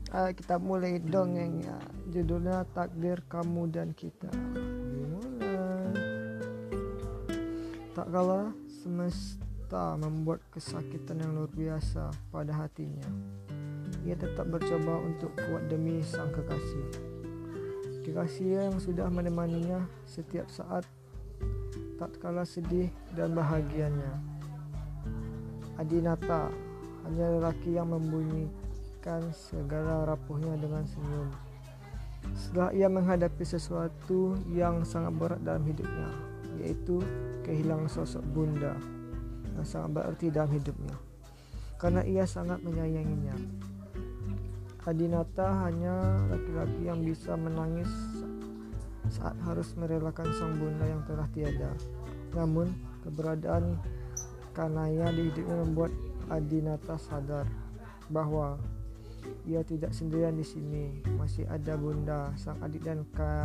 Kita mulai dongengnya. Judulnya Takdir Kamu dan Kita. Dimulai. Tak kala semesta membuat kesakitan yang luar biasa pada hatinya, ia tetap bercoba untuk kuat demi sang kekasih. Kekasih yang sudah menemaninya setiap saat tatkala sedih dan bahagianya. Adinata hanya lelaki yang membunyikan segala rapuhnya dengan senyum. Setelah ia menghadapi sesuatu yang sangat berat dalam hidupnya, yaitu kehilangan sosok bunda yang sangat berarti dalam hidupnya, karena ia sangat menyayanginya. Adinata hanya laki-laki yang bisa menangis saat harus merelakan sang bunda yang telah tiada. Namun keberadaan Kanaya di hidupnya membuat Adinata sadar bahwa ia tidak sendirian di sini. Masih ada bunda, sang adik dan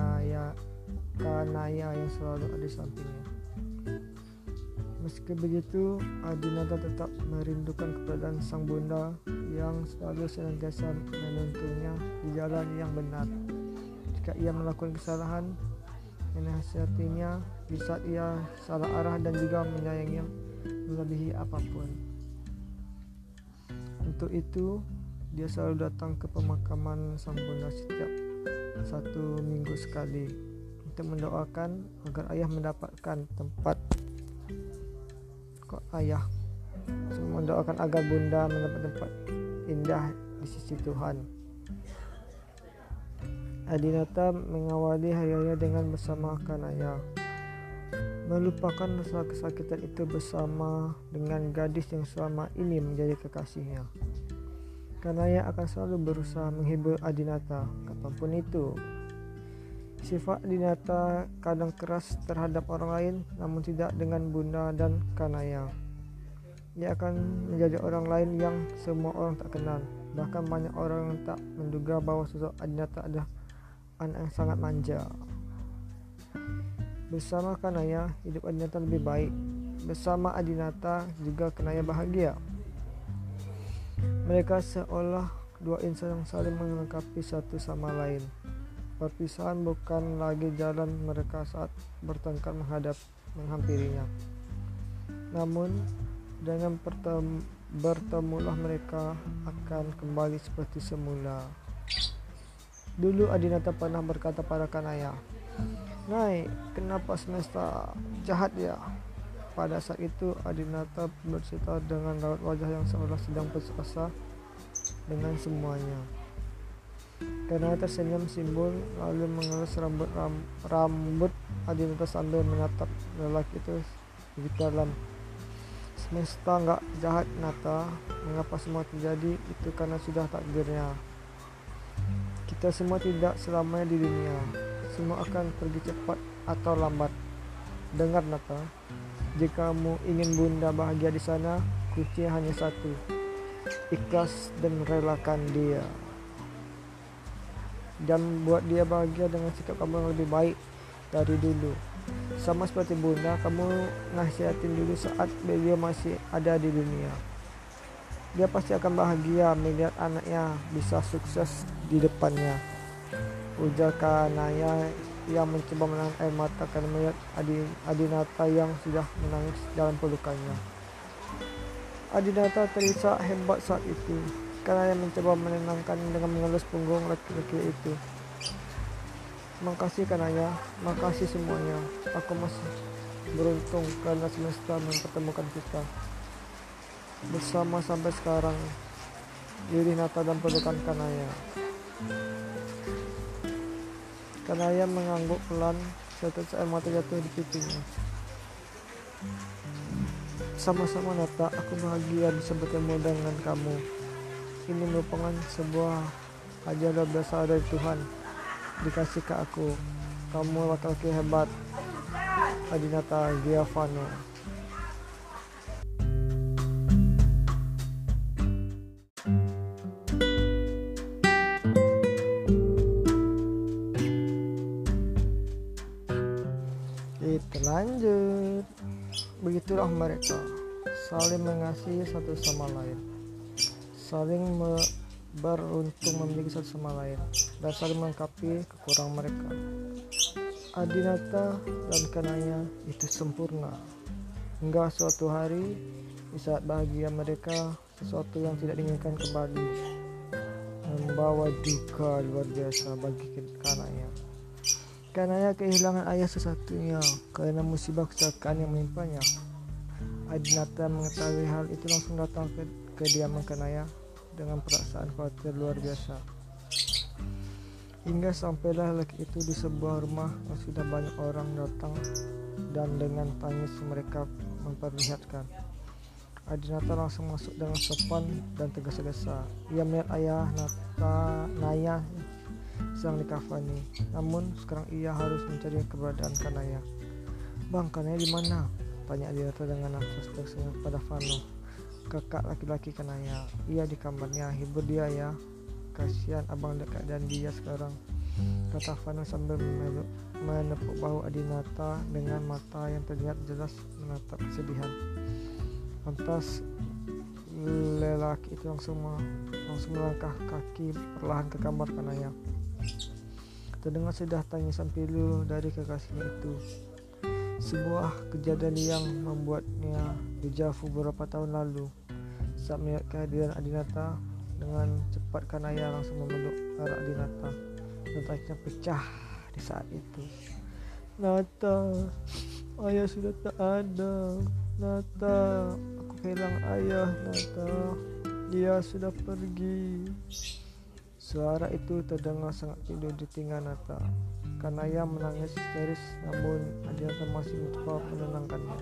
Kanaya yang selalu ada di sampingnya. Meski begitu, Adinata tetap merindukan keberadaan sang bunda yang selalu senantiasa menuntunnya di jalan yang benar. Jika ia melakukan kesalahan, menasihatinya di saat ia salah arah dan juga menyayanginya melebihi apapun. Untuk itu, dia selalu datang ke pemakaman sang bunda setiap 1 minggu sekali untuk mendoakan agar ayah mendapatkan tempat mendoakan agar bunda mendapat tempat indah di sisi Tuhan. Adinata mengawali hari-harinya dengan bersama Kanaya, melupakan rasa kesakitan itu bersama dengan gadis yang selama ini menjadi kekasihnya. Kanaya akan selalu berusaha menghibur Adinata kapanpun itu. Sifat Adinata kadang keras terhadap orang lain, namun tidak dengan bunda dan Kanaya. Ia akan menjadi orang lain yang semua orang tak kenal. Bahkan banyak orang yang tak menduga bahwa sosok Adinata adalah anak yang sangat manja. Bersama Kanaya, hidup Adinata lebih baik. Bersama Adinata juga Kanaya bahagia. Mereka seolah dua insan yang saling melengkapi satu sama lain. Perpisahan bukan lagi jalan mereka saat bertengkar menghampirinya. Namun dengan bertemulah mereka akan kembali seperti semula. Dulu Adinata pernah berkata pada Kanaya, "Nai, kenapa semesta jahat ya?" Pada saat itu Adinata bercerita dengan raut wajah yang seolah sedang putus asa dengan semuanya. Kanaya tersenyum simbol lalu mengelus rambut Adinata sambil menatap lelaki itu lebih dalam. "Semesta enggak jahat, Nata. Mengapa semua terjadi? Itu karena sudah takdirnya. Kita semua tidak selamanya di dunia. Semua akan pergi cepat atau lambat. Dengar, Nata. Jika kamu ingin bunda bahagia di sana, kuncinya hanya satu. Ikhlas dan relakan dia. Dan buat dia bahagia dengan sikap kamu yang lebih baik dari dulu. Sama seperti bunda, kamu nasihatin dulu saat beliau masih ada di dunia. Dia pasti akan bahagia melihat anaknya bisa sukses di depannya," ujar Kanaya yang mencoba menahan air mata karena melihat Adinata yang sudah menangis dalam pelukannya. Adinata terisak hebat saat itu. Kanaya mencoba menenangkan dengan mengelus punggung laki-laki itu. "Makasih Kanaya, makasih semuanya. Aku masih beruntung karena semesta mempertemukan kita bersama sampai sekarang," lirih Nata dan pelukan Kanaya. Kanaya mengangguk pelan, setetes air mata jatuh di pipinya. "Sama-sama Nata, aku bahagia bisa bertemu dengan kamu. Ini merupakan sebuah hadiah luar biasa dari Tuhan dikasih ke aku. Kamu laki-laki hebat." Adinata Giovanno. Kita lanjut. Begitulah mereka saling mengasihi satu sama lain, saling beruntung memiliki satu sama lain dan saling melengkapi kekurangan mereka. Adinata dan Kanaya itu sempurna hingga suatu hari di saat bahagia mereka, sesuatu yang tidak diinginkan kembali membawa duka luar biasa bagi Kanaya. Kanaya kehilangan ayah sesatunya karena musibah kecelakaan yang menimpanya. Adinata mengetahui hal itu langsung datang ke kediaman Kanaya dengan perasaan khawatir luar biasa. Hingga sampailah lelaki itu di sebuah rumah yang sudah banyak orang datang dan dengan tangis mereka memperlihatkan. Adinata langsung masuk dengan sopan dan tergesa-gesa. Ia melihat ayah Naya sedang dikafani. Namun sekarang ia harus mencari keberadaan Kanaya. "Bang, Kanaya di mana?" tanya Adinata dengan nafas tersengat pada Vano, kakak laki-laki Kanaya. "Ia di kamarnya, hibur dia ya. Kasihan abang dekat dan dia sekarang," kata Vano sambil menepuk bahu Adinata dengan mata yang terlihat jelas menatap kesedihan. Lantas lelaki itu langsung melangkah kaki perlahan ke kamar Kanaya. Terdengar sudah tangisan pilu dari kekasihnya itu. Sebuah kejadian yang membuatnya dejavu beberapa tahun lalu. Saat melihat kehadiran Adinata, dengan cepat Kanaya langsung memeluk erat Adinata dan tangisnya pecah di saat itu. "Nata, ayah sudah tak ada. Nata, aku kehilangan ayah. Nata, dia sudah pergi." Suara itu terdengar sangat pilu di telinga Nata. Kanaya menangis histeris, namun Adinata masih mencoba menenangkannya.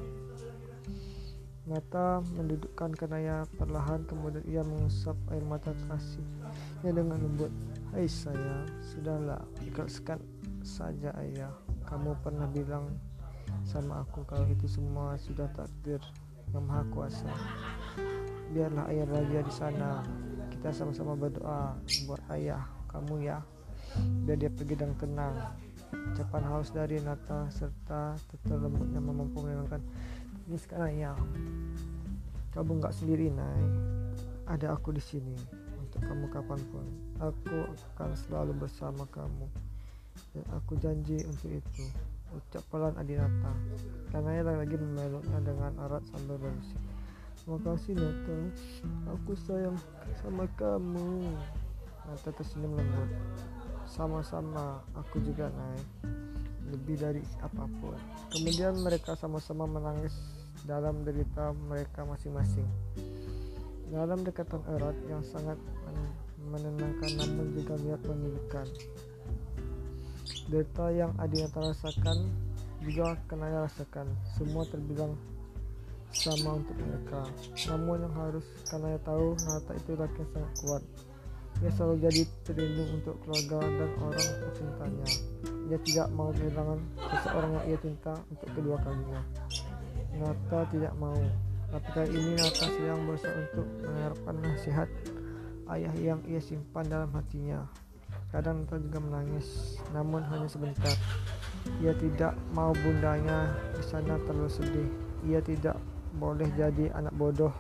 Nata mendudukkan Kanaya perlahan, kemudian ia mengusap air mata kasihnya dengan lembut. "Hai sayang, sudahlah, ikhlaskan saja ayah. Kamu pernah bilang sama aku kalau itu semua sudah takdir yang maha kuasa. Biarlah ayah bahagia di sana. Kita sama-sama berdoa buat ayah kamu ya, biar dia pergi dengan tenang." Ucapan haus dari Nata serta tetel lembutnya mampu menenangkan tangis Kanaya. "Kamu enggak sendiri, Nay. Ada aku di sini untuk kamu kapanpun. Aku akan selalu bersama kamu dan aku janji untuk itu," ucap pelan Adinata. Kanaya lagi memeluknya dengan erat sambil berbisik, "Terima kasih Nata, aku sayang sama kamu." Nata tersenyum lembut. "Sama-sama, aku juga Nay, lebih dari apapun." Kemudian mereka sama-sama menangis dalam derita mereka masing-masing. Dalam dekatan erat yang sangat menenangkan namun juga niat menyedihkan. Derita yang Adinata rasakan juga Kanaya rasakan. Semua terbilang sama untuk mereka. Namun yang harus Kanaya tahu, Nata itu laki yang sangat kuat. Ia selalu jadi terlindung untuk keluarga dan orang tercintanya. Ia tidak mau kehilangan seseorang yang ia cinta untuk kedua kalinya. Nata tidak mau, tapi kali ini Nata sedang berusaha untuk mengharapkan nasihat ayah yang ia simpan dalam hatinya. Kadang Nata juga menangis, namun hanya sebentar. Ia tidak mau bundanya di sana terlalu sedih. Ia tidak boleh jadi anak bodoh.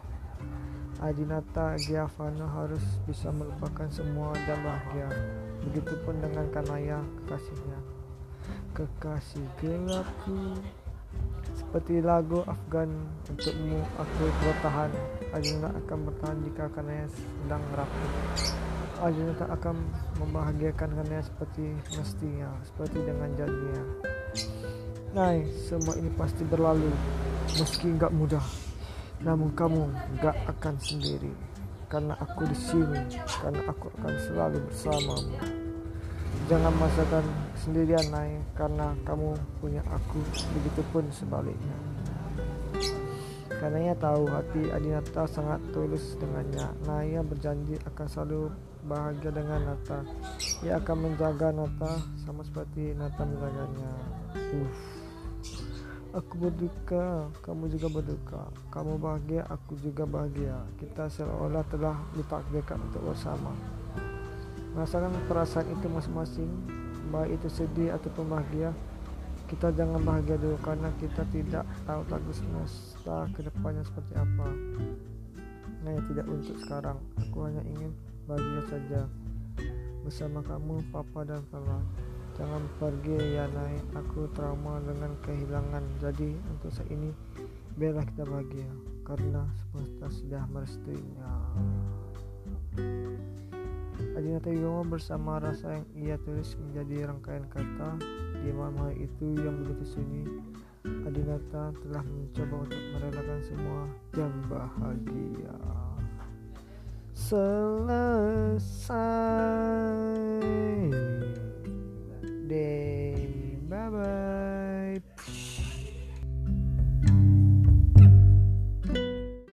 Adinata Giovanna harus bisa melupakan semua dan bahagia. Begitupun dengan Kanaya, kekasihnya. "Kekasih gelapku, seperti lagu Afgan, untukmu aku bertahan. Adinata akan bertahan jika Kanaya sedang rapuh. Adinata akan membahagiakan Kanaya seperti mestinya, seperti dengan janjinya. Nay, semua ini pasti berlalu, meski gak mudah. Namun kamu gak akan sendiri, karena aku di sini, karena aku akan selalu bersamamu. Jangan merasakan sendirian, Nay, karena kamu punya aku. Begitupun sebaliknya." Karena ia tahu hati Adinata sangat tulus dengannya, Naya berjanji akan selalu bahagia dengan Nata. Ia akan menjaga Nata sama seperti Nata menjaganya. "Aku berduka, kamu juga berduka. Kamu bahagia, aku juga bahagia. Kita seolah telah ditakdirkan untuk bersama." Merasakan perasaan itu masing-masing, baik itu sedih ataupun bahagia. Kita jangan bahagia dulu karena kita tidak tahu takdir semesta ke depannya seperti apa. Nah, tidak untuk sekarang. Aku hanya ingin bahagia saja bersama kamu, Papa dan Kala. Jangan pergi ya Nay, aku trauma dengan kehilangan. Jadi untuk saat ini biarlah kita bahagia karena semesta sudah merestuinya. Adinata Wibowo bersama rasa yang ia tulis menjadi rangkaian kata. Di malam hari itu yang begitu sunyi, Adinata telah mencoba untuk merelakan semua jam bahagia. Selesai.